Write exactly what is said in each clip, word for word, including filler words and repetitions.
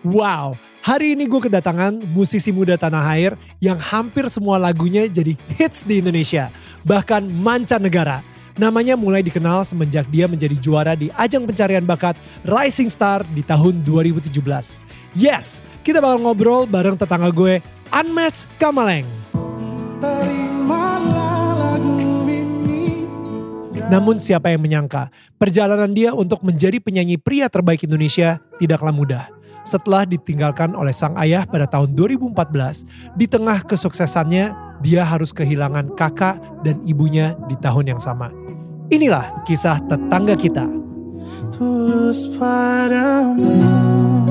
Wow, hari ini gue kedatangan musisi muda tanah air yang hampir semua lagunya jadi hits di Indonesia, bahkan mancanegara. Namanya mulai dikenal semenjak dia menjadi juara di ajang pencarian bakat Rising Star di tahun dua ribu tujuh belas. Yes, kita bakal ngobrol bareng tetangga gue, Unmesh Kamaleng. Namun siapa yang menyangka, perjalanan dia untuk menjadi penyanyi pria terbaik Indonesia tidaklah mudah. Setelah ditinggalkan oleh sang ayah pada tahun dua ribu empat belas, di tengah kesuksesannya, dia harus kehilangan kakak dan ibunya di tahun yang sama. Inilah kisah tetangga kita. Tulus padamu.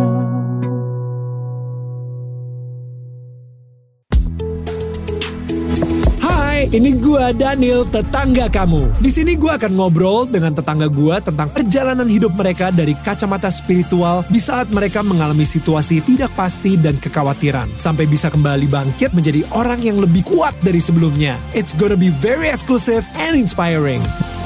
Ini gue Daniel, tetangga kamu. Di sini gue akan ngobrol dengan tetangga gue tentang perjalanan hidup mereka dari kacamata spiritual di saat mereka mengalami situasi tidak pasti dan kekhawatiran, sampai bisa kembali bangkit menjadi orang yang lebih kuat dari sebelumnya. It's gonna be very exclusive and inspiring.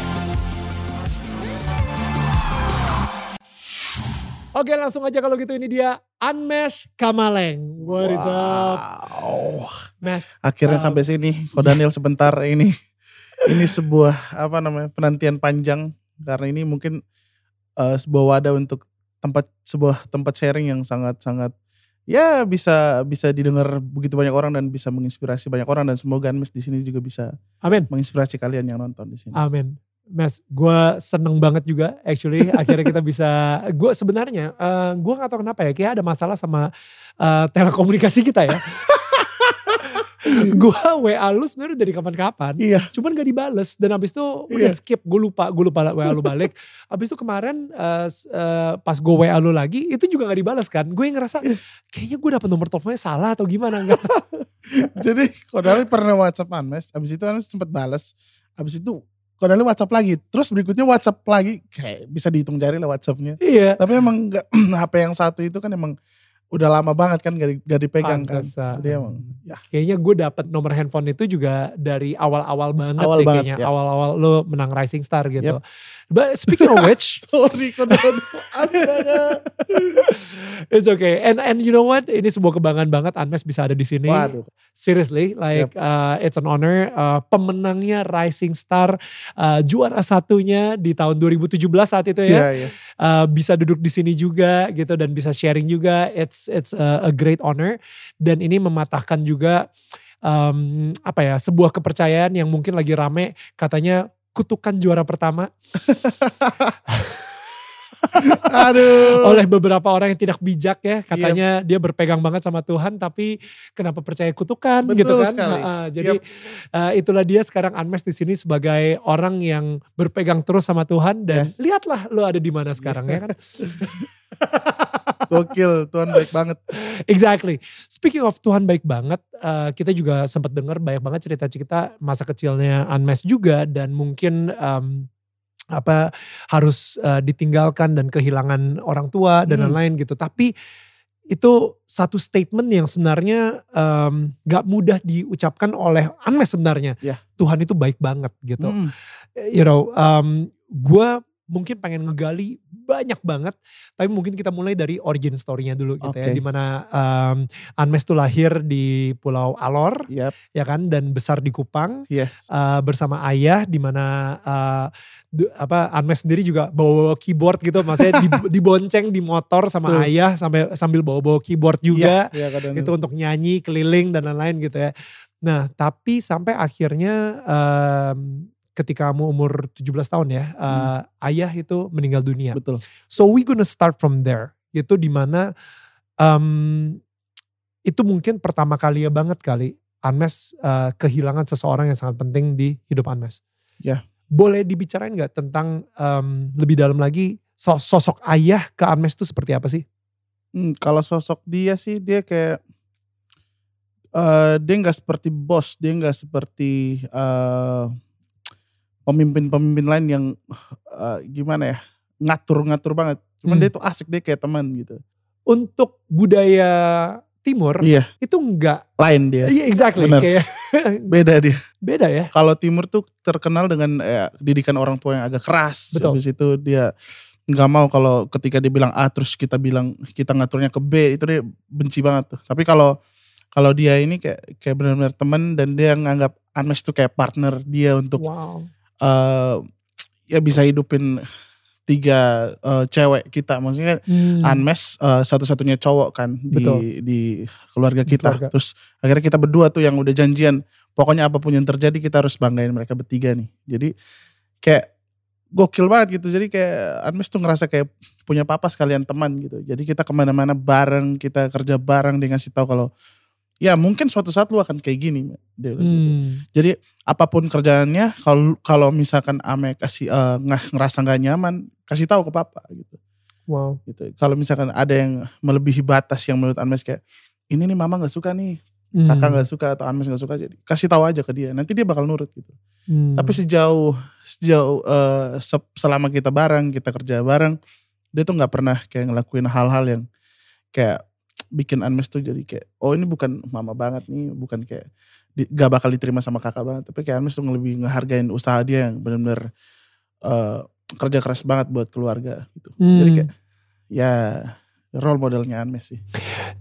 Oke, langsung aja kalau gitu, ini dia Unmesh Kamaleng. What is up? Wow. Mes. Akhirnya um, sampai sini. Ko Daniel sebentar ini. Ini sebuah apa namanya penantian panjang, karena ini mungkin uh, sebuah wadah untuk tempat sebuah tempat sharing yang sangat-sangat ya bisa bisa didengar begitu banyak orang dan bisa menginspirasi banyak orang, dan semoga Unmesh di sini juga bisa Amin. menginspirasi kalian yang nonton di sini. Amin. Mes, gue seneng banget juga actually akhirnya kita bisa, gue sebenarnya uh, gue gak tahu kenapa ya, kayak ada masalah sama uh, telekomunikasi kita ya. Gue W A lu sebenarnya dari kapan-kapan, Iya. cuman gak dibales, dan abis itu udah Iya. skip, gue lupa, gue lupa W A lu balik. Abis itu kemarin uh, uh, pas gue W A lu lagi, itu juga gak dibales kan. Gue ngerasa kayaknya gue dapet nomor teleponnya salah atau gimana. Gak. Jadi Ko Daniel pernah WhatsApp Unmesh, abis itu Unmesh sempet balas, abis itu Ko Daniel WhatsApp lagi, terus berikutnya WhatsApp lagi, kayak bisa dihitung jari lah WhatsAppnya. Iya. Tapi emang gak, H P yang satu itu kan emang udah lama banget kan gak, gak dipegang Pantesan. kan. Jadi emang ya. Kayaknya gue dapet nomor handphone itu juga dari awal-awal banget Awal deh banget, kayaknya. ya. Awal-awal lo menang Rising Star gitu. Yep. But speaking of which. Sorry Ko Daniel, astaga. It's okay. And and you know what? Ini sebuah kebanggaan banget Unmesh bisa ada di sini. Waduh. Seriously, like Yep. uh, it's an honor. Uh, pemenangnya Rising Star, uh, juara satunya di tahun dua ribu tujuh belas saat itu ya. Iya, iya. Uh, bisa duduk di sini juga gitu dan bisa sharing juga. It's it's a, a great honor, dan ini mematahkan juga um, apa ya, sebuah kepercayaan yang mungkin lagi rame, katanya kutukan juara pertama. Aduh. Oleh beberapa orang yang tidak bijak ya, katanya yep. dia berpegang banget sama Tuhan, tapi kenapa percaya kutukan? Betul gitu kan. sekali. Nah, uh, jadi Yep. uh, itulah dia sekarang Unmesh di sini sebagai orang yang berpegang terus sama Tuhan, dan Yes. lihatlah lo ada di mana sekarang ya kan. Gokil, Tuhan baik banget. Exactly. Speaking of Tuhan baik banget, uh, kita juga sempat dengar banyak banget cerita-cerita masa kecilnya Unmesh juga, dan mungkin um, apa harus uh, ditinggalkan dan kehilangan orang tua dan Hmm. lain-lain gitu. Tapi itu satu statement yang sebenarnya um, gak mudah diucapkan oleh Unmesh sebenarnya. Yeah. Tuhan itu baik banget gitu. Hmm. You know, um, gue mungkin pengen ngegali banyak banget, tapi mungkin kita mulai dari origin story-nya dulu gitu ya. Okay. Dimana um, Unmesh tuh lahir di Pulau Alor, Yep. ya kan, dan besar di Kupang. Yes. Uh, bersama ayah, dimana uh, du, apa Unmesh sendiri juga bawa-bawa keyboard gitu, maksudnya di, dibonceng di motor sama Tuh. ayah sampai sambil bawa-bawa keyboard juga, Iya, iya, Ko Daniel. itu untuk nyanyi keliling dan lain-lain gitu ya. Nah tapi sampai akhirnya um, ketika kamu umur tujuh belas tahun ya, uh, hmm. ayah itu meninggal dunia. Betul. So we gonna start from there, itu dimana um, itu mungkin pertama kali ya banget kali Unmesh uh, kehilangan seseorang yang sangat penting di hidup Unmesh. Ya. Boleh dibicarain gak tentang um, lebih dalam lagi sosok ayah ke Unmesh itu seperti apa sih? Hmm, kalau sosok dia sih, dia kayak uh, dia nggak seperti bos, dia nggak seperti uh, pemimpin-pemimpin lain yang uh, gimana ya, ngatur-ngatur banget. Cuman Hmm. dia tuh asik, dia kayak teman gitu. Untuk budaya Timur, Iya, itu enggak. lain dia. Iya exactly. Bener. Kayak Beda dia. beda ya. Kalau Timur tuh terkenal dengan ya, didikan orang tua yang agak keras. Betul. Habis itu dia nggak mau kalau ketika dia bilang A terus kita bilang kita ngaturnya ke B, itu dia benci banget tuh. Tapi kalau kalau dia ini kayak kayak benar-benar teman dan dia nganggap Unmesh tuh kayak partner dia untuk Wow. uh, ya bisa hidupin tiga uh, cewek kita. Maksudnya Hmm. Unmesh uh, satu-satunya cowok kan Betul. di di keluarga Di kita. keluarga. Terus akhirnya kita berdua tuh yang udah janjian, pokoknya apapun yang terjadi kita harus banggain mereka bertiga nih. Jadi kayak gokil banget gitu. Jadi kayak Unmesh tuh ngerasa kayak punya papa sekalian teman gitu. Jadi kita kemana-mana bareng, kita kerja bareng, dia ngasih tahu kalau ya mungkin suatu saat lu akan kayak gini. Dia bilang gitu. Hmm. Jadi apapun kerjaannya, kalau kalau misalkan Ame kasih uh, ngerasa nggak nyaman, kasih tahu ke papa gitu. Wow. Gitu. Kalau misalkan ada yang melebihi batas yang menurut Unmesh kayak ini nih mama nggak suka nih, kakak Hmm. nggak suka atau Unmesh nggak suka, jadi kasih tahu aja ke dia. Nanti dia bakal nurut gitu. Hmm. Tapi sejauh sejauh uh, se- selama kita bareng, kita kerja bareng, dia tuh nggak pernah kayak ngelakuin hal-hal yang kayak bikin Unmesh tuh jadi kayak oh ini bukan mama banget nih, bukan kayak di, gak bakal diterima sama kakak banget. Tapi kayak Unmesh tuh lebih ngehargain usaha dia yang benar-benar uh, kerja keras banget buat keluarga gitu. Hmm. Jadi kayak ya role modelnya Unmesh sih.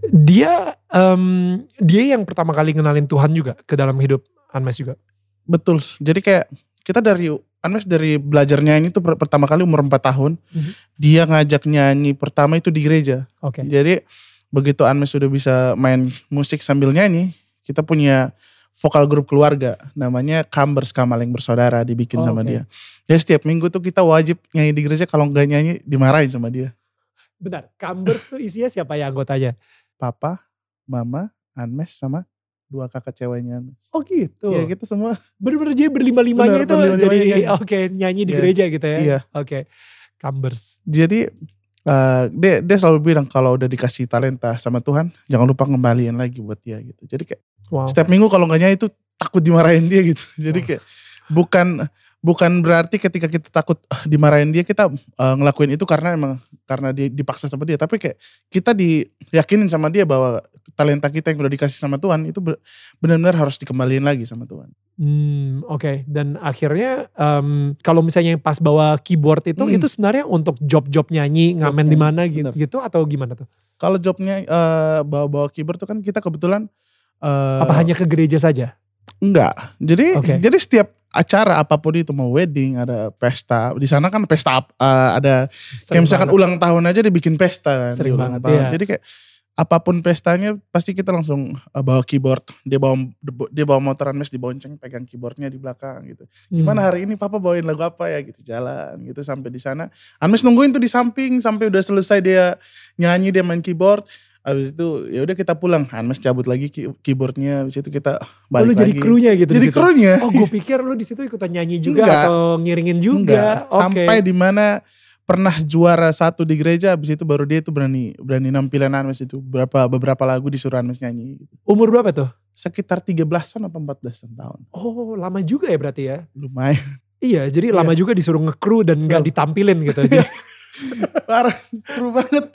Dia um, dia yang pertama kali ngenalin Tuhan juga ke dalam hidup Unmesh juga. Betul. Jadi kayak kita dari Unmesh dari belajar nyanyi tuh per- pertama kali umur empat tahun. Mhm. Dia ngajak nyanyi pertama itu di gereja. Oke. Jadi begitu Unmesh sudah bisa main musik sambil nyanyi, kita punya vokal grup keluarga namanya Kambers Kamaleng Bersaudara, dibikin Oh, sama oke. dia. Jadi setiap minggu tuh kita wajib nyanyi di gereja, kalau nggak nyanyi dimarahin sama dia. Bentar, Kambers tuh isinya siapa ya anggotanya? Papa, mama, Unmesh sama dua kakak ceweknya Unmesh. Oh gitu. Iya kita semua. Bener-bener jadi berlima-limanya Bener, itu berlima-limanya jadi nyanyi. oke nyanyi di Iya. gereja gitu ya. Iya. Oke. Kambers. Jadi uh, dia dia selalu bilang kalau udah dikasih talenta sama Tuhan, jangan lupa ngembaliin lagi buat dia gitu. Jadi kayak Wow. setiap minggu kalau nggak nyanyi itu takut dimarahin dia gitu. Jadi Wow. kayak bukan bukan berarti ketika kita takut ah, dimarahin dia kita uh, ngelakuin itu karena emang karena dia dipaksa sama dia, tapi kayak kita diyakinin sama dia bahwa talenta kita yang udah dikasih sama Tuhan itu be- benar-benar harus dikembaliin lagi sama Tuhan. Hmm, oke. Dan akhirnya em, kalau misalnya yang pas bawa keyboard itu, Hmm. itu sebenarnya untuk job-job nyanyi, ngamen nyanyi, di mana gitu, bener. gitu atau gimana tuh? Kalau jobnya uh, bawa-bawa keyboard tuh kan kita kebetulan uh, Apa hanya ke gereja saja? enggak. Jadi Oke. jadi setiap acara apapun itu, mau wedding, ada pesta. Di sana kan pesta uh, ada kayak Sering misalkan banget. ulang tahun aja dibikin pesta kan. Sering di ulang banget, tahun. iya. Jadi kayak apapun pestanya pasti kita langsung uh, bawa keyboard. Dia bawa dia bawa motor Unmesh dibonceng, pegang keyboardnya di belakang gitu. Gimana Hmm. hari ini papa bawain lagu apa ya gitu, jalan gitu sampai di sana. Unmesh nungguin tuh di samping sampai udah selesai dia nyanyi, dia main keyboard. Habis itu ya udah kita pulang, Unmesh cabut lagi key- keyboardnya, habis itu kita Oh, balik lu jadi lagi. krunya gitu di Jadi situ? krunya. Oh, gue pikir lu di situ ikutan nyanyi juga Enggak. atau ngiringin juga. Enggak. Oke. Sampai di mana pernah juara satu di gereja, habis itu baru dia itu berani berani nampilin Unmesh itu. Berapa beberapa lagu disuruh Unmesh nyanyi gitu. Umur berapa tuh? Sekitar tiga belasan atau empat belasan tahun. Oh, lama juga ya berarti ya? Lumayan. Iya, jadi Iya. lama juga disuruh nge-crew dan gak Betul. ditampilin gitu. Jadi Parah, seru banget.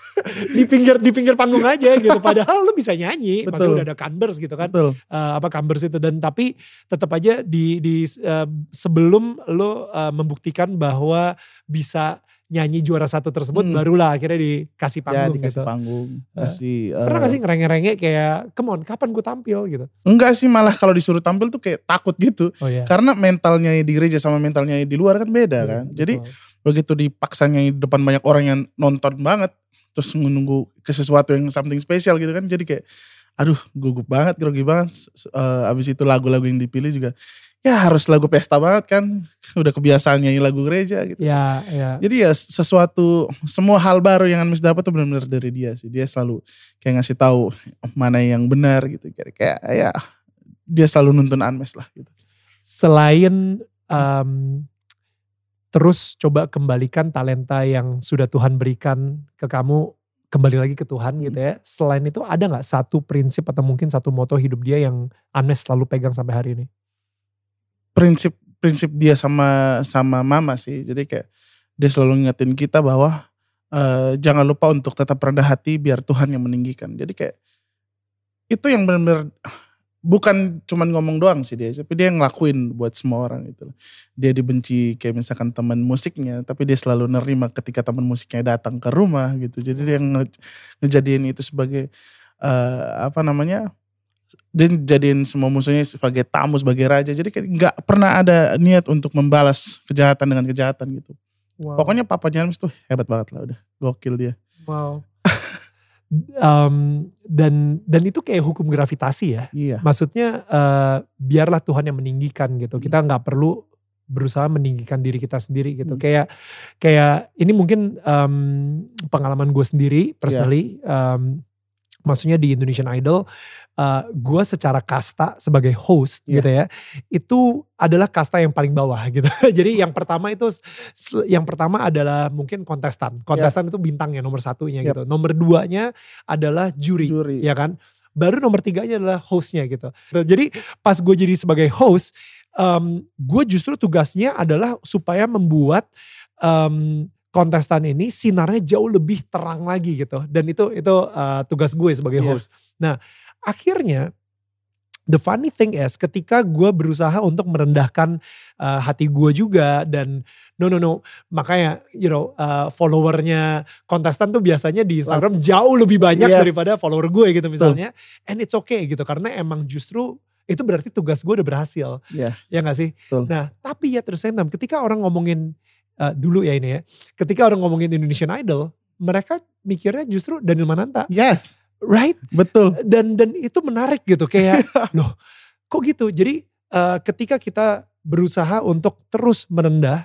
di pinggir di pinggir panggung aja gitu. Padahal lu bisa nyanyi, Betul. maksudnya udah ada Kambers gitu kan. Betul. Eh, apa Kambers itu, dan tapi tetap aja di di eh, sebelum lu eh, membuktikan bahwa bisa nyanyi juara satu tersebut, Hmm. barulah akhirnya dikasih Ya panggung dikasih gitu. panggung. Kasih, Pernah eh, gak sih ngerenge-renge kayak, come on kapan gue tampil gitu? enggak sih, malah kalau disuruh tampil tuh kayak takut gitu. Oh iya. Karena mentalnya di gereja sama mentalnya di luar kan beda Iya, kan. Jadi betul. begitu dipaksa nyanyi di depan banyak orang yang nonton banget, terus menunggu ke sesuatu yang something spesial gitu kan, jadi kayak aduh gugup banget, grogi banget. S- eh, abis itu lagu-lagu yang dipilih juga ya harus lagu pesta banget kan, udah kebiasaan nyanyi lagu gereja gitu. Ya, ya. Jadi ya sesuatu, semua hal baru yang Unmesh dapat tuh benar-benar dari dia sih. Dia selalu kayak ngasih tahu mana yang benar gitu. Kayak, kayak ya dia selalu nuntun Unmesh lah gitu. Selain em, terus coba kembalikan talenta yang sudah Tuhan berikan ke kamu, kembali lagi ke Tuhan gitu ya. Selain itu ada gak satu prinsip atau mungkin satu moto hidup dia yang Unmesh selalu pegang sampai hari ini? Prinsip prinsip dia sama sama mama sih. Jadi kayak dia selalu ngingetin kita bahwa eh, jangan lupa untuk tetap rendah hati biar Tuhan yang meninggikan. Jadi kayak itu yang benar-benar bukan cuman ngomong doang sih dia, tapi dia ngelakuin buat semua orang gitu. Dia dibenci kayak misalkan teman musiknya, tapi dia selalu nerima ketika teman musiknya datang ke rumah gitu. Jadi dia nge, ngejadiin itu sebagai uh, apa namanya? Dia jadiin semua musuhnya sebagai tamu, sebagai raja. Jadi kayak nggak pernah ada niat untuk membalas kejahatan dengan kejahatan gitu. Wow. Pokoknya Papa James tuh hebat banget lah, udah gokil dia. Wow. Um, dan dan itu kayak hukum gravitasi ya. Iya. Maksudnya uh, biarlah Tuhan yang meninggikan gitu. Kita nggak perlu berusaha meninggikan diri kita sendiri gitu. Hmm. Kayak kayak ini mungkin um, pengalaman gue sendiri personally. Yeah. Um, maksudnya di Indonesian Idol, uh, gue secara kasta sebagai host yeah. gitu ya, itu adalah kasta yang paling bawah gitu. Jadi yang pertama itu, yang pertama adalah mungkin kontestan. Kontestan yeah. itu bintangnya nomor satunya yep. gitu. Nomor duanya adalah juri, juri, ya kan. Baru nomor tiganya adalah hostnya gitu. Jadi pas gue jadi sebagai host, um, gue justru tugasnya adalah supaya membuat um, kontestan ini sinarnya jauh lebih terang lagi gitu. Dan itu itu uh, tugas gue sebagai host. Yeah. Nah akhirnya the funny thing is ketika gue berusaha untuk merendahkan uh, hati gue juga. Dan no no no makanya you know uh, followernya kontestan tuh biasanya di Instagram jauh lebih banyak yeah. daripada follower gue gitu misalnya. Betul. And it's okay gitu karena emang justru itu berarti tugas gue udah berhasil. Yeah. Ya gak sih? Betul. Nah tapi ya terus ketika orang ngomongin Uh, dulu ya ini ya, ketika orang ngomongin Indonesian Idol, mereka mikirnya justru Daniel Mananta. Yes. Right? Betul. Dan dan itu menarik gitu, kayak loh kok gitu. Jadi uh, ketika kita berusaha untuk terus merendah,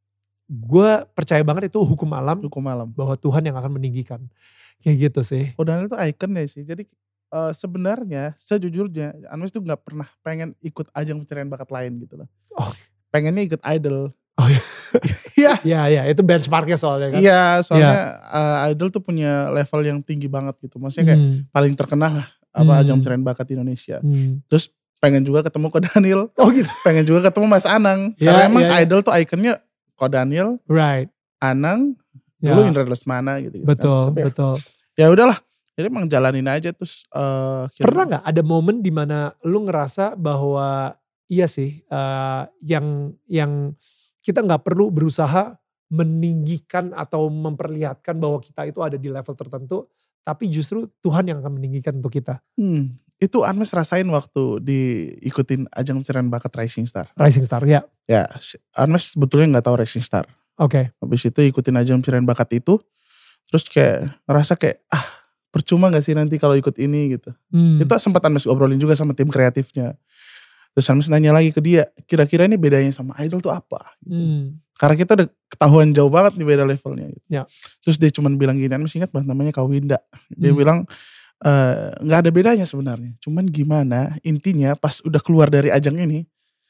gue percaya banget itu hukum alam. Hukum alam. Bahwa Tuhan yang akan meninggikan. Kayak gitu sih. Oh Daniel itu icon ya sih. Jadi uh, sebenarnya sejujurnya Anmes tuh gak pernah pengen ikut ajang pencarian bakat lain gitu loh. Oh. Pengennya ikut Idol. Oh iya. Iya. Iya, iya, itu benchmarknya soalnya kan. Iya, soalnya ya. uh, Idol tuh punya level yang tinggi banget gitu. Maksudnya kayak hmm. paling terkenal lah apa hmm. ajang pencarian bakat di Indonesia. Hmm. Terus pengen juga ketemu Ko Daniel. Oh gitu. Pengen juga ketemu Mas Anang. Ya, karena emang ya, Idol ya. tuh ikonnya Ko Daniel, right. Anang, ya. dulu Indra Lesmana gitu. Betul, kan. betul. Ya udahlah. Jadi emang jalanin aja terus. Uh, Pernah gak ada momen dimana lu ngerasa bahwa iya sih uh, yang yang kita gak perlu berusaha meninggikan atau memperlihatkan bahwa kita itu ada di level tertentu, tapi justru Tuhan yang akan meninggikan untuk kita. Hmm, itu Anmes rasain waktu diikutin ajang pencarian bakat Rising Star. Rising Star, ya. Ya, Anmes sebetulnya nggak tahu Rising Star. Oke. Okay. Habis itu ikutin ajang pencarian bakat itu, terus kayak ngerasa kayak ah percuma gak sih nanti kalau ikut ini gitu. Hmm. Itu sempat Anmes obrolin juga sama tim kreatifnya. Terus Anmes nanya lagi ke dia, kira-kira ini bedanya sama Idol tuh apa? Gitu. Hmm. Karena kita udah ketahuan jauh banget nih beda levelnya. Gitu. Ya. Terus dia cuma bilang gini, Anmes ingat banget namanya Kak Winda. Dia hmm. bilang, e, gak ada bedanya sebenarnya. Cuman gimana intinya pas udah keluar dari ajang ini,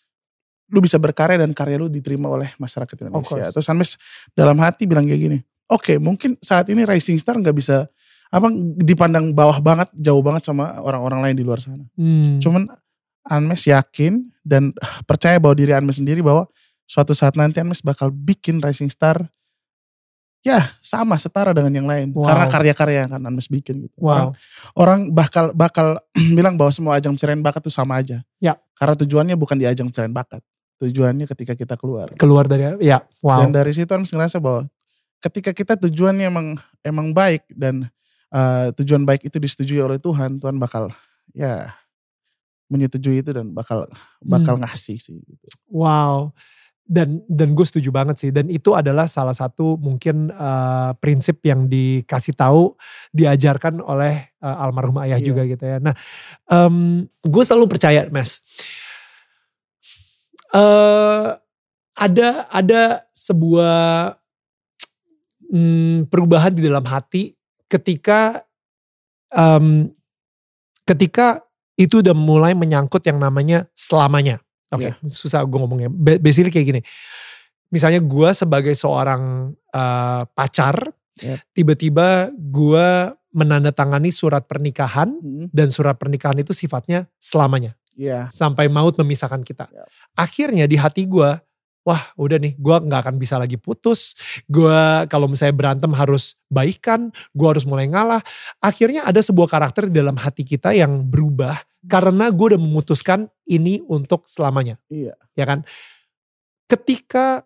lu bisa berkarya dan karya lu diterima oleh masyarakat Indonesia. Terus Anmes dalam hati bilang kayak gini, oke okay, mungkin saat ini Rising Star gak bisa apa dipandang bawah banget, jauh banget sama orang-orang lain di luar sana. Hmm. Cuman Anmes yakin dan percaya bahwa diri Anmes sendiri bahwa suatu saat nanti Anmes bakal bikin Rising Star ya sama setara dengan yang lain. Wow. Karena karya-karya yang akan Anmes bikin gitu. Wow. Orang, orang bakal bakal bilang bahwa semua ajang pencarian bakat itu sama aja. Ya. Karena tujuannya bukan di ajang pencarian bakat. Tujuannya ketika kita keluar. Keluar dari, ya wow. Dan dari situ Anmes ngerasa bahwa ketika kita tujuannya emang emang baik dan uh, tujuan baik itu disetujui oleh Tuhan, Tuhan bakal ya menyetujui itu dan bakal bakal hmm. ngasih sih gitu. Wow. Dan dan gue setuju banget sih, dan itu adalah salah satu mungkin uh, prinsip yang dikasih tahu, diajarkan oleh uh, almarhum ayah iya. juga gitu ya. Nah, um, gue selalu percaya, Mas, uh, ada ada sebuah um, perubahan di dalam hati ketika um, ketika itu udah mulai menyangkut yang namanya selamanya. Oke, okay, yeah. susah gue ngomongnya. Basically kayak gini. Misalnya gue sebagai seorang uh, pacar, yeah. tiba-tiba gue menandatangani surat pernikahan, mm-hmm. dan surat pernikahan itu sifatnya selamanya. Yeah. Sampai maut memisahkan kita. Yeah. Akhirnya di hati gue, wah udah nih gue gak akan bisa lagi putus. Gue kalau misalnya berantem harus baikan, gue harus mulai ngalah. Akhirnya ada sebuah karakter di dalam hati kita yang berubah. Karena gue udah memutuskan ini untuk selamanya. Iya. Ya kan. Ketika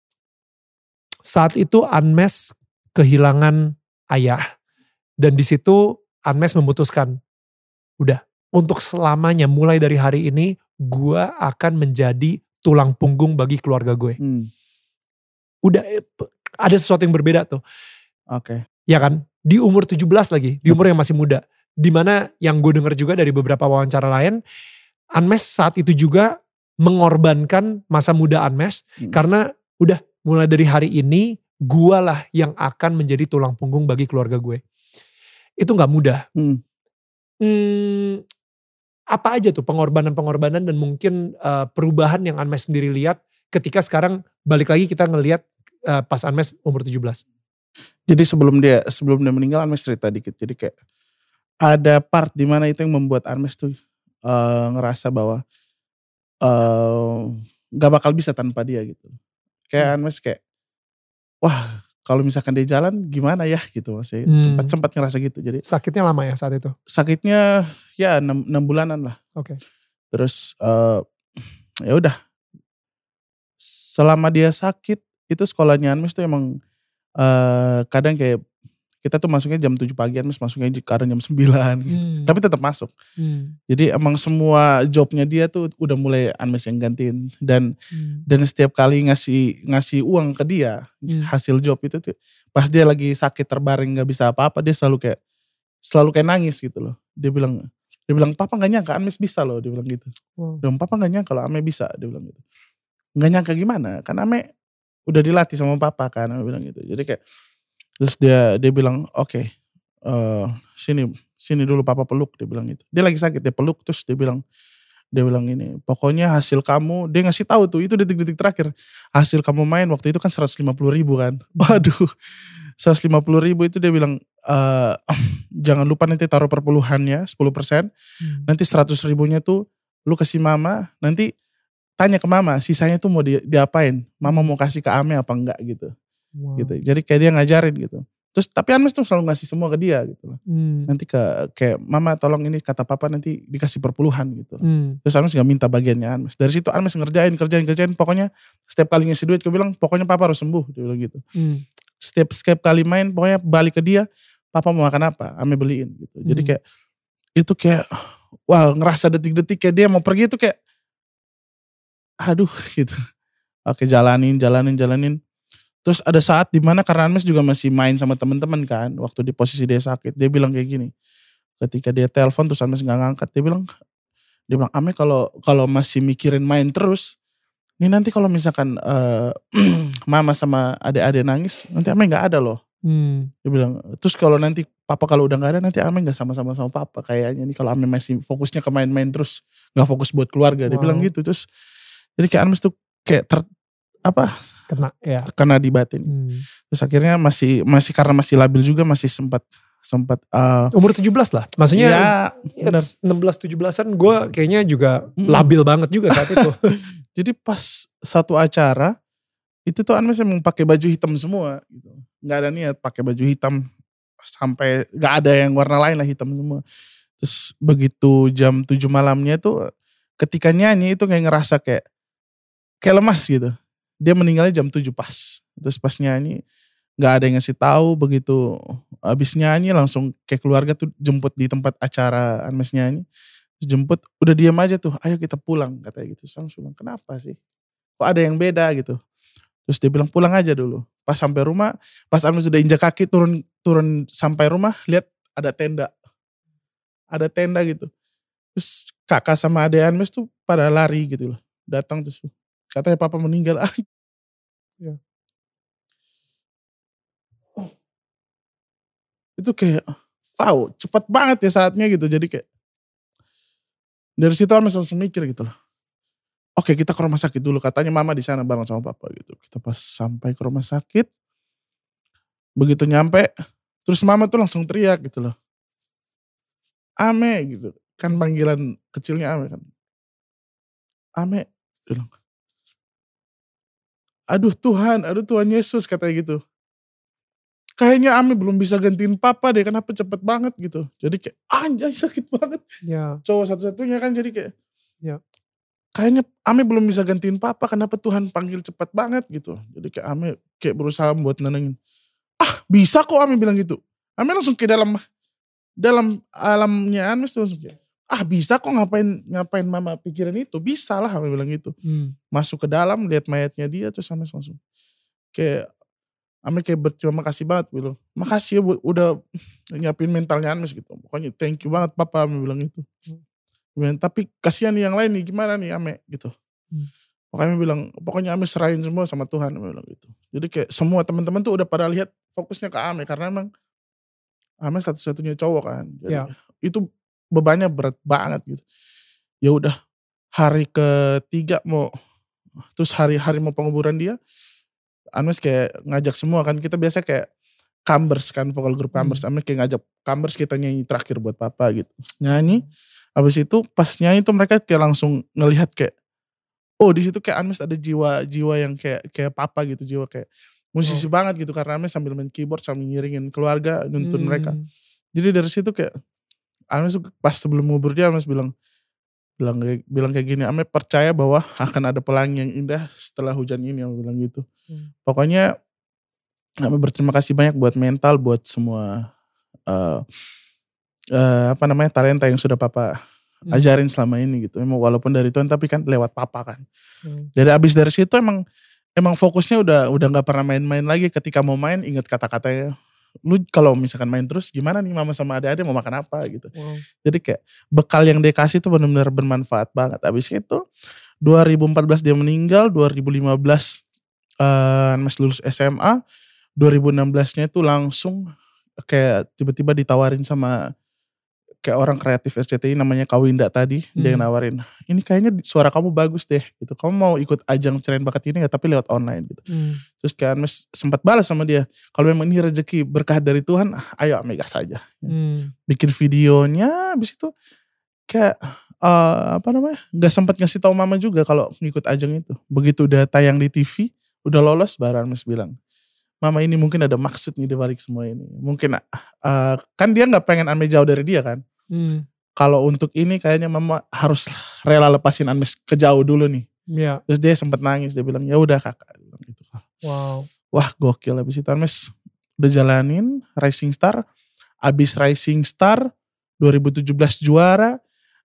saat itu Unmesh kehilangan ayah. Dan di situ Unmesh memutuskan, udah untuk selamanya mulai dari hari ini gue akan menjadi tulang punggung bagi keluarga gue. Hmm. Udah ada sesuatu yang berbeda tuh. Oke. Okay. Ya kan, di umur tujuh belas lagi, di umur yang masih muda. Dimana yang gue denger juga dari beberapa wawancara lain, Unmesh saat itu juga mengorbankan masa muda Unmesh. Hmm. Karena udah mulai dari hari ini, gue lah yang akan menjadi tulang punggung bagi keluarga gue. Itu gak mudah. Hmm. Hmm, apa aja tuh pengorbanan-pengorbanan dan mungkin uh, perubahan yang Unmesh sendiri lihat ketika sekarang balik lagi kita ngelihat uh, pas Unmesh umur tujuh belas. Jadi sebelum dia sebelum dia meninggal Unmesh cerita dikit. Jadi kayak ada part di mana itu yang membuat Unmesh tuh uh, ngerasa bahwa uh, gak bakal bisa tanpa dia gitu. Kayak hmm. Unmesh kayak wah kalau misalkan dia jalan gimana ya gitu masih hmm. sempat sempat ngerasa gitu. Jadi sakitnya lama ya saat itu? Sakitnya ya enam bulanan lah. Oke. Okay. Terus uh, ya udah selama dia sakit itu sekolahnya Unmesh tuh emang uh, kadang kayak kita tuh masuknya jam tujuh pagi, Unmesh masuknya kadang jam sembilan gitu. Hmm. Tapi tetap masuk. Hmm. Jadi emang semua jobnya dia tuh udah mulai Unmesh yang gantiin. Dan hmm. dan setiap kali ngasih ngasih uang ke dia, hmm. hasil job itu tuh pas dia lagi sakit terbaring gak bisa apa-apa, dia selalu kayak selalu kayak nangis gitu loh. Dia bilang, dia bilang papa gak nyangka Unmesh bisa loh, dia bilang gitu. Wow. Dia bilang papa gak nyangka loh Ame bisa, dia bilang gitu. Gak nyangka gimana, kan Ame udah dilatih sama papa kan, Ame bilang gitu. Jadi kayak terus dia dia bilang oke okay, uh, sini sini dulu papa peluk, dia bilang gitu. Dia lagi sakit dia peluk terus dia bilang dia bilang ini pokoknya hasil kamu, dia ngasih tahu tuh itu detik-detik terakhir hasil kamu main waktu itu kan seratus lima puluh ribu kan. Waduh seratus lima puluh ribu itu dia bilang uh, jangan lupa nanti taruh perpuluhannya sepuluh persen. Hmm. Nanti seratus ribunya tuh lu kasih mama, nanti tanya ke mama sisanya tuh mau di, diapain, mama mau kasih ke Ame apa enggak gitu. Wow. Gitu. Jadi kayak dia ngajarin gitu. Terus tapi Unmesh tuh selalu ngasih semua ke dia gitu loh. Hmm. Nanti ke kayak mama tolong ini kata papa nanti dikasih perpuluhan gitu loh. Hmm. Terus Unmesh gak minta bagiannya Unmesh. Dari situ Unmesh ngerjain kerjain kerjain pokoknya setiap kali ngasih duit gue bilang pokoknya papa harus sembuh, dia bilang gitu. Hmm. Setiap setiap kali main pokoknya balik ke dia, papa mau makan apa, Ame beliin gitu. Hmm. Jadi kayak itu kayak wah ngerasa detik-detik kayak dia mau pergi itu kayak aduh gitu. Oke jalanin jalanin jalanin. Terus ada saat dimana karena Unmesh juga masih main sama teman-teman kan, waktu di posisi dia sakit, dia bilang kayak gini, ketika dia telepon terus Unmesh nggak ngangkat, dia bilang, dia bilang Ame kalau kalau masih mikirin main terus, ini nanti kalau misalkan uh, mama sama adik-adik nangis, nanti Ame nggak ada loh. Hmm. Dia bilang, terus kalau nanti papa kalau udah nggak ada, nanti Ame nggak sama-sama sama papa kayaknya nih kalau Ame masih fokusnya ke main-main terus, nggak fokus buat keluarga, wow. Dia bilang gitu, terus jadi kayak Unmesh tuh kayak ter apa kena ya kena di batin. Hmm. Terus akhirnya masih masih karena masih labil juga masih sempat sempat uh, umur tujuh belas lah. Maksudnya ya, enam belas tujuh belasan gue kayaknya juga hmm. labil banget juga saat itu. Jadi pas satu acara itu tuh Unmesh emang pakai baju hitam semua gitu. Enggak ada niat pakai baju hitam sampai enggak ada yang warna lain lah, hitam semua. Terus begitu jam tujuh malamnya tuh ketika nyanyi itu kayak ngerasa kayak kayak lemas gitu. Dia meninggalnya jam tujuh pas. Terus pas nyanyi gak ada yang ngasih tahu, begitu abis nyanyi langsung kayak keluarga tuh jemput di tempat acara Unmesh nyanyi. Terus jemput udah diam aja tuh, ayo kita pulang katanya gitu. Sang bilang kenapa sih? Kok ada yang beda gitu. Terus dia bilang pulang aja dulu. Pas sampai rumah, pas Unmesh sudah injak kaki turun turun sampai rumah, lihat ada tenda. Ada tenda gitu. Terus kakak sama adek Unmesh tuh pada lari gitu loh. Datang terus katanya papa meninggal. Ya. Itu kayak wow cepat banget ya saatnya gitu. Jadi kayak dari situ Unmesh langsung mikir gitu loh. Oke kita ke rumah sakit dulu. Katanya mama di sana bareng sama papa gitu. Kita pas sampai ke rumah sakit. Begitu nyampe. Terus mama tuh langsung teriak gitu loh. Ame gitu. Kan panggilan kecilnya Ame kan. Ame. Bilang. aduh Tuhan, aduh Tuhan Yesus katanya gitu. Kayaknya Ame belum bisa gantiin papa deh, kenapa cepet banget gitu. Jadi kayak anjay sakit banget. Ya. Cowok satu-satunya kan jadi kayak. Ya. Kayaknya Ame belum bisa gantiin papa, kenapa Tuhan panggil cepet banget gitu. Jadi kayak Ame kayak berusaha buat nenangin. Ah bisa kok Ame bilang gitu. Ame langsung ke dalam dalam alamnya Ame langsung kayak. Ah bisa kok ngapain ngapain mama pikirin itu. Bisa lah Ame bilang gitu. Hmm. Masuk ke dalam lihat mayatnya dia terus Ame langsung. Kayak. Ame kayak berterima kasih banget bilang. Makasih ya bu, udah nyiapin mentalnya Ame gitu. Pokoknya thank you banget papa Ame bilang gitu. Hmm. Tapi kasihan nih yang lain nih gimana nih Ame gitu. Hmm. Pokoknya Ame bilang, pokoknya Ame serahin semua sama Tuhan Ame bilang gitu. Jadi kayak semua teman-teman tuh udah pada lihat fokusnya ke Ame. Karena emang Ame satu-satunya cowok kan. Jadi ya. Itu bebannya berat banget gitu. Ya udah hari ketiga mau, terus hari-hari mau penguburan dia. Anmes kayak ngajak semua kan, kita biasa kayak Kambers kan, vokal grup Kambers. Hmm. Anmes kayak ngajak Kambers kita nyanyi terakhir buat papa gitu. Nyanyi, habis itu pas nyanyi tuh mereka kayak langsung ngelihat kayak, oh di situ kayak Anmes ada jiwa-jiwa yang kayak kayak papa gitu, jiwa kayak musisi oh. banget gitu. Karena Anmes sambil main keyboard, sambil ngiringin keluarga, nuntun hmm. mereka. Jadi dari situ kayak, Anmes pas sebelum ngubur dia Anmes bilang, bilang kayak, bilang kayak gini, Ame percaya bahwa akan ada pelangi yang indah setelah hujan ini, Ame bilang gitu. Hmm. Pokoknya Ame berterima kasih banyak buat mental, buat semua uh, uh, apa namanya talenta yang sudah papa hmm. ajarin selama ini gitu. Emang walaupun dari Tuhan tapi kan lewat papa kan. Hmm. Jadi abis dari situ emang emang fokusnya udah udah nggak pernah main-main lagi. Ketika mau main ingat kata-katanya. Lu kalau misalkan main terus gimana nih mama sama adik-adik mau makan apa gitu. Wow. Jadi kayak bekal yang dia kasih tuh benar-benar bermanfaat banget. Abis itu dua ribu empat belas dia meninggal, dua ribu lima belas uh, Mas lulus S M A, dua ribu enam belasnya itu langsung kayak tiba-tiba ditawarin sama kayak orang kreatif R C T I namanya Kawinda tadi, hmm. dia yang nawarin, ini kayaknya suara kamu bagus deh gitu, kamu mau ikut ajang Cerain Bakat ini gak tapi lewat online gitu. Hmm. Terus kayak Mes sempat balas sama dia, kalau memang ini rezeki berkah dari Tuhan, ayo Mega saja. Hmm. Bikin videonya, abis itu kayak uh, apa namanya, gak sempat ngasih tahu mama juga kalau ngikut ajang itu. Begitu udah tayang di T V, udah lolos baru Mes bilang, mama ini mungkin ada maksud nih dibalik semua ini. Mungkin uh, kan dia gak pengen Ame jauh dari dia kan. Hmm. Kalau untuk ini kayaknya mama harus rela lepasin Anmes ke jauh dulu nih. Ya. Terus dia sempat nangis, dia bilang ya udah kakak gitu. Wow. Wah gokil, abis itu Anmes udah jalanin Rising Star, abis Rising Star dua ribu tujuh belas juara,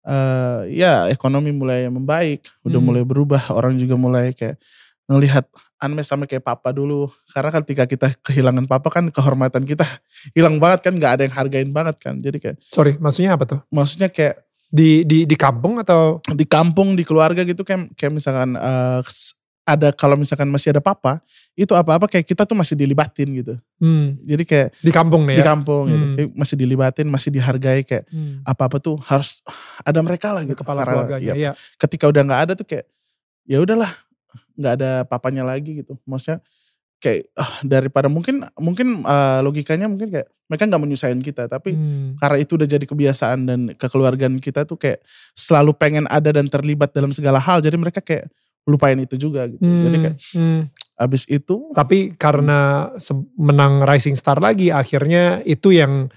uh, ya ekonomi mulai membaik, udah hmm. mulai berubah, orang juga mulai kayak ngelihat Anmes sama kayak papa dulu. Karena kan ketika kita kehilangan papa kan kehormatan kita hilang banget kan, gak ada yang hargain banget kan. Jadi kayak. Sorry, maksudnya apa tuh? Maksudnya kayak. Di di di kampung atau? Di kampung, di keluarga gitu kayak, kayak misalkan uh, ada kalau misalkan masih ada papa, itu apa-apa kayak kita tuh masih dilibatin gitu. Hmm. Jadi kayak. Di kampung nih ya? Di kampung hmm. gitu. Kayak masih dilibatin, masih dihargai kayak hmm. apa-apa tuh harus ada mereka lah gitu. Kepala keluarganya, ya. Ketika udah gak ada tuh kayak ya udahlah. Nggak ada papanya lagi gitu, maksudnya kayak uh, daripada mungkin mungkin uh, logikanya mungkin kayak mereka nggak menyusahin kita, tapi hmm. karena itu udah jadi kebiasaan dan kekeluargaan kita tuh kayak selalu pengen ada dan terlibat dalam segala hal, jadi mereka kayak lupain itu juga gitu. Hmm. Jadi kayak hmm. abis itu, tapi karena menang Rising Star lagi, akhirnya itu yang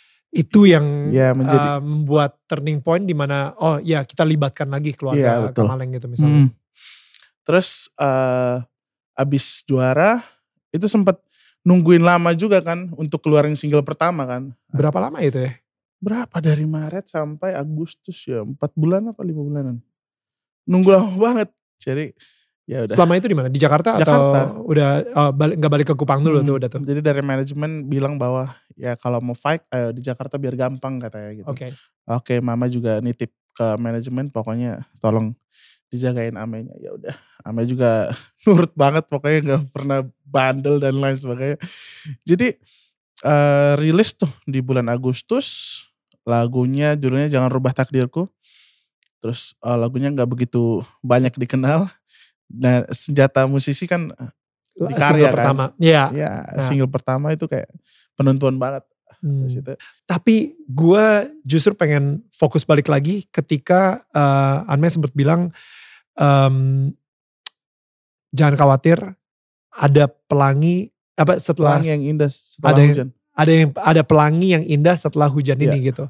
itu yang ya, menjadi, uh, membuat turning point di mana oh ya kita libatkan lagi keluarga ya, Kamaleng gitu misalnya. Hmm. Terus uh, abis juara itu sempat nungguin lama juga kan untuk keluarin single pertama kan. Berapa lama itu ya? Berapa dari Maret sampai Agustus ya, empat bulan apa lima bulanan. Nunggu lama banget. Jadi ya udah. Selama itu di mana? Di Jakarta, Jakarta. Atau udah uh, balik, gak balik ke Kupang dulu hmm, tuh udah tuh? Jadi dari manajemen bilang bahwa ya kalau mau fight ayo di Jakarta biar gampang katanya gitu. Oke. Okay. Oke, mama juga nitip ke manajemen pokoknya tolong dijagain Amenya. Ya udah, Ame juga nurut banget pokoknya, nggak pernah bandel dan lain sebagainya. Jadi uh, rilis tuh di bulan Agustus, lagunya judulnya Jangan Rubah Takdirku. Terus uh, lagunya nggak begitu banyak dikenal. Nah senjata musisi kan di karya single kan. Pertama. Ya. Ya nah. Single pertama itu kayak penentuan banget. Hmm. Tapi gue justru pengen fokus balik lagi ketika uh, Anme sempat bilang um, jangan khawatir, ada pelangi apa setelah Pelangi yang indah setelah ada yang, hujan. ada yang ada pelangi yang indah setelah hujan Iya. ini gitu.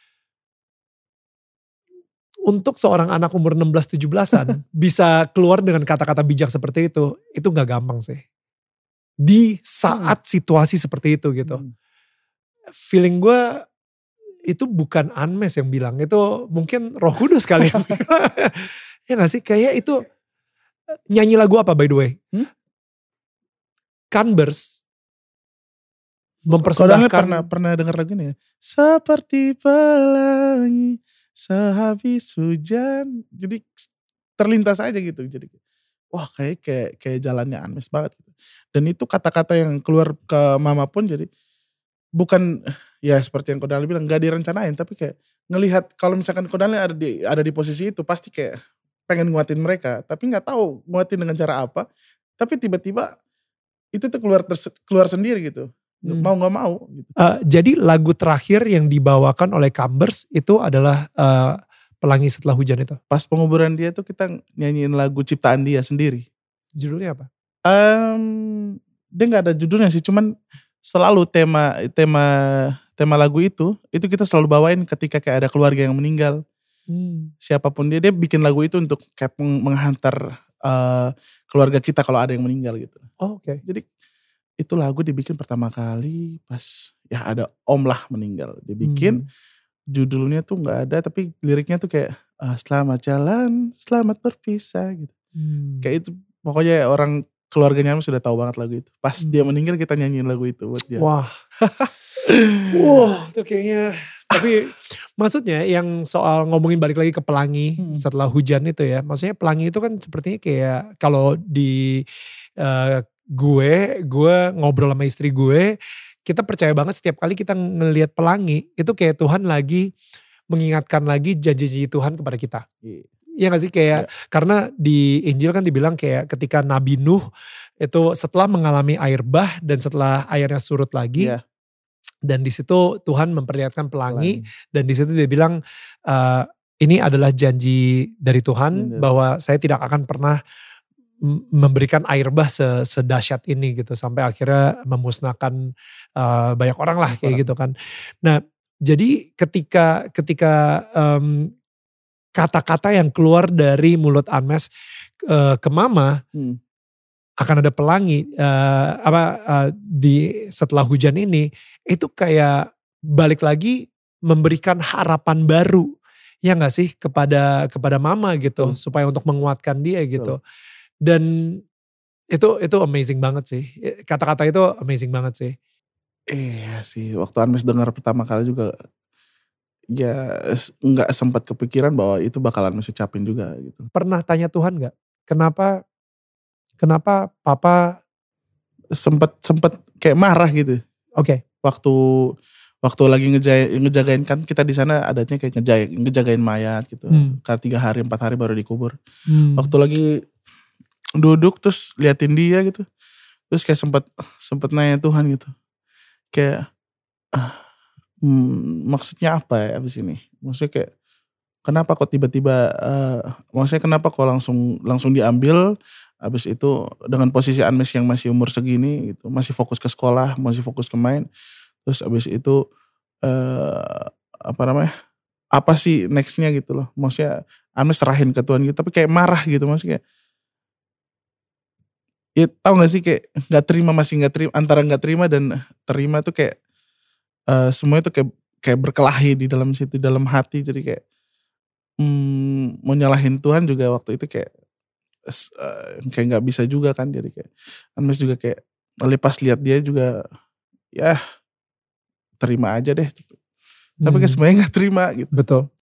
Untuk seorang anak umur enam belas tujuh belasan bisa keluar dengan kata-kata bijak seperti itu, itu gak gampang sih. Di saat situasi seperti itu gitu. Hmm. Feeling gue itu bukan Unmesh yang bilang, itu mungkin Roh Kudus kali yang ya gak sih? Kayak itu nyanyi lagu apa by the way? Hmm? Converse Kodamnya mempersembahkan. pernah pernah dengar lagu ini ya? Seperti pelangi sehabis hujan. Jadi terlintas aja gitu. Jadi wah kayak kayak kayak jalannya Unmesh banget gitu. Dan itu kata-kata yang keluar ke mama pun jadi bukan ya seperti yang Kodali bilang gak direncanain, tapi kayak ngelihat kalau misalkan Kodali ada di ada di posisi itu pasti kayak pengen nguatin mereka, tapi nggak tahu nguatin dengan cara apa. Tapi tiba-tiba itu tuh keluar terse- keluar sendiri gitu. Hmm. Mau nggak mau gitu. Uh, jadi lagu terakhir yang dibawakan oleh Converse itu adalah uh, Pelangi Setelah Hujan itu. Pas penguburan dia tuh kita nyanyiin lagu ciptaan dia sendiri. Judulnya apa? Um, dia nggak ada judulnya sih, cuman selalu tema tema tema lagu itu itu kita selalu bawain ketika kayak ada keluarga yang meninggal. Hmm. Siapapun dia, dia bikin lagu itu untuk kayak menghantar uh, keluarga kita kalau ada yang meninggal gitu. Oh, oke. Okay. Jadi itu lagu dibikin pertama kali pas ya ada om lah meninggal. Dibikin hmm. judulnya tuh gak ada tapi liriknya tuh kayak ah, selamat jalan, selamat berpisah gitu. Hmm. Kayak itu pokoknya orang keluarganya sudah tahu banget lagu itu. Pas hmm. dia meninggal kita nyanyiin lagu itu buat dia. Wah. Wah, itu kayaknya. Tapi maksudnya yang soal ngomongin balik lagi ke pelangi hmm. setelah hujan itu ya. Maksudnya pelangi itu kan sepertinya kayak kalau di uh, gue, gue ngobrol sama istri gue, kita percaya banget setiap kali kita ngelihat pelangi, itu kayak Tuhan lagi mengingatkan lagi janji-janji Tuhan kepada kita. Iya gak sih? Kayak, yeah. Karena di Injil kan dibilang kayak ketika Nabi Nuh, itu setelah mengalami air bah dan setelah airnya surut lagi, yeah. dan di situ Tuhan memperlihatkan pelangi, pelangi. Dan di situ dia bilang, uh, ini adalah janji dari Tuhan, yeah. bahwa saya tidak akan pernah memberikan air bah sedahsyat ini gitu sampai akhirnya memusnahkan uh, banyak orang lah kayak orang. Gitu kan. Nah jadi ketika ketika um, kata-kata yang keluar dari mulut Unmesh uh, ke mama hmm. akan ada pelangi uh, apa uh, di setelah hujan ini itu kayak balik lagi memberikan harapan baru ya nggak sih kepada kepada mama gitu hmm. supaya untuk menguatkan dia gitu. Hmm. Dan itu itu amazing banget sih. Kata-kata itu amazing banget sih. Iya sih, waktu Unmesh dengar pertama kali juga ya nggak sempat kepikiran bahwa itu bakalan Unmesh ucapin juga gitu. Pernah tanya Tuhan nggak? Kenapa kenapa papa sempat sempat kayak marah gitu. Oke. Okay. Waktu waktu lagi ngejagain, ngejagain kan kita di sana adatnya kayak ngejagain, ngejagain mayat gitu. Hmm. Karena tiga hari empat hari baru dikubur. Hmm. Waktu lagi duduk terus liatin dia gitu, terus kayak sempat sempat nanya Tuhan gitu, kayak ah, hmm, maksudnya apa ya abis ini? Maksudnya kayak kenapa kok tiba-tiba, uh, maksudnya kenapa kok langsung langsung diambil, abis itu dengan posisi Unmesh yang masih umur segini gitu, masih fokus ke sekolah, masih fokus ke main, terus abis itu uh, apa namanya? Apa sih nextnya gitu loh? Maksudnya Unmesh serahin ke Tuhan gitu, tapi kayak marah gitu, maksudnya kayak ya tau gak sih kayak gak terima masih gak terima, antara gak terima dan terima tuh kayak uh, semuanya tuh kayak kayak berkelahi di dalam situ, dalam hati. Jadi kayak hmm, mau nyalahin Tuhan juga waktu itu kayak uh, kayak gak bisa juga kan. Jadi kayak Unmesh juga kayak pas lihat dia juga ya terima aja deh. Hmm. Tapi kayak semuanya gak terima gitu. Betul.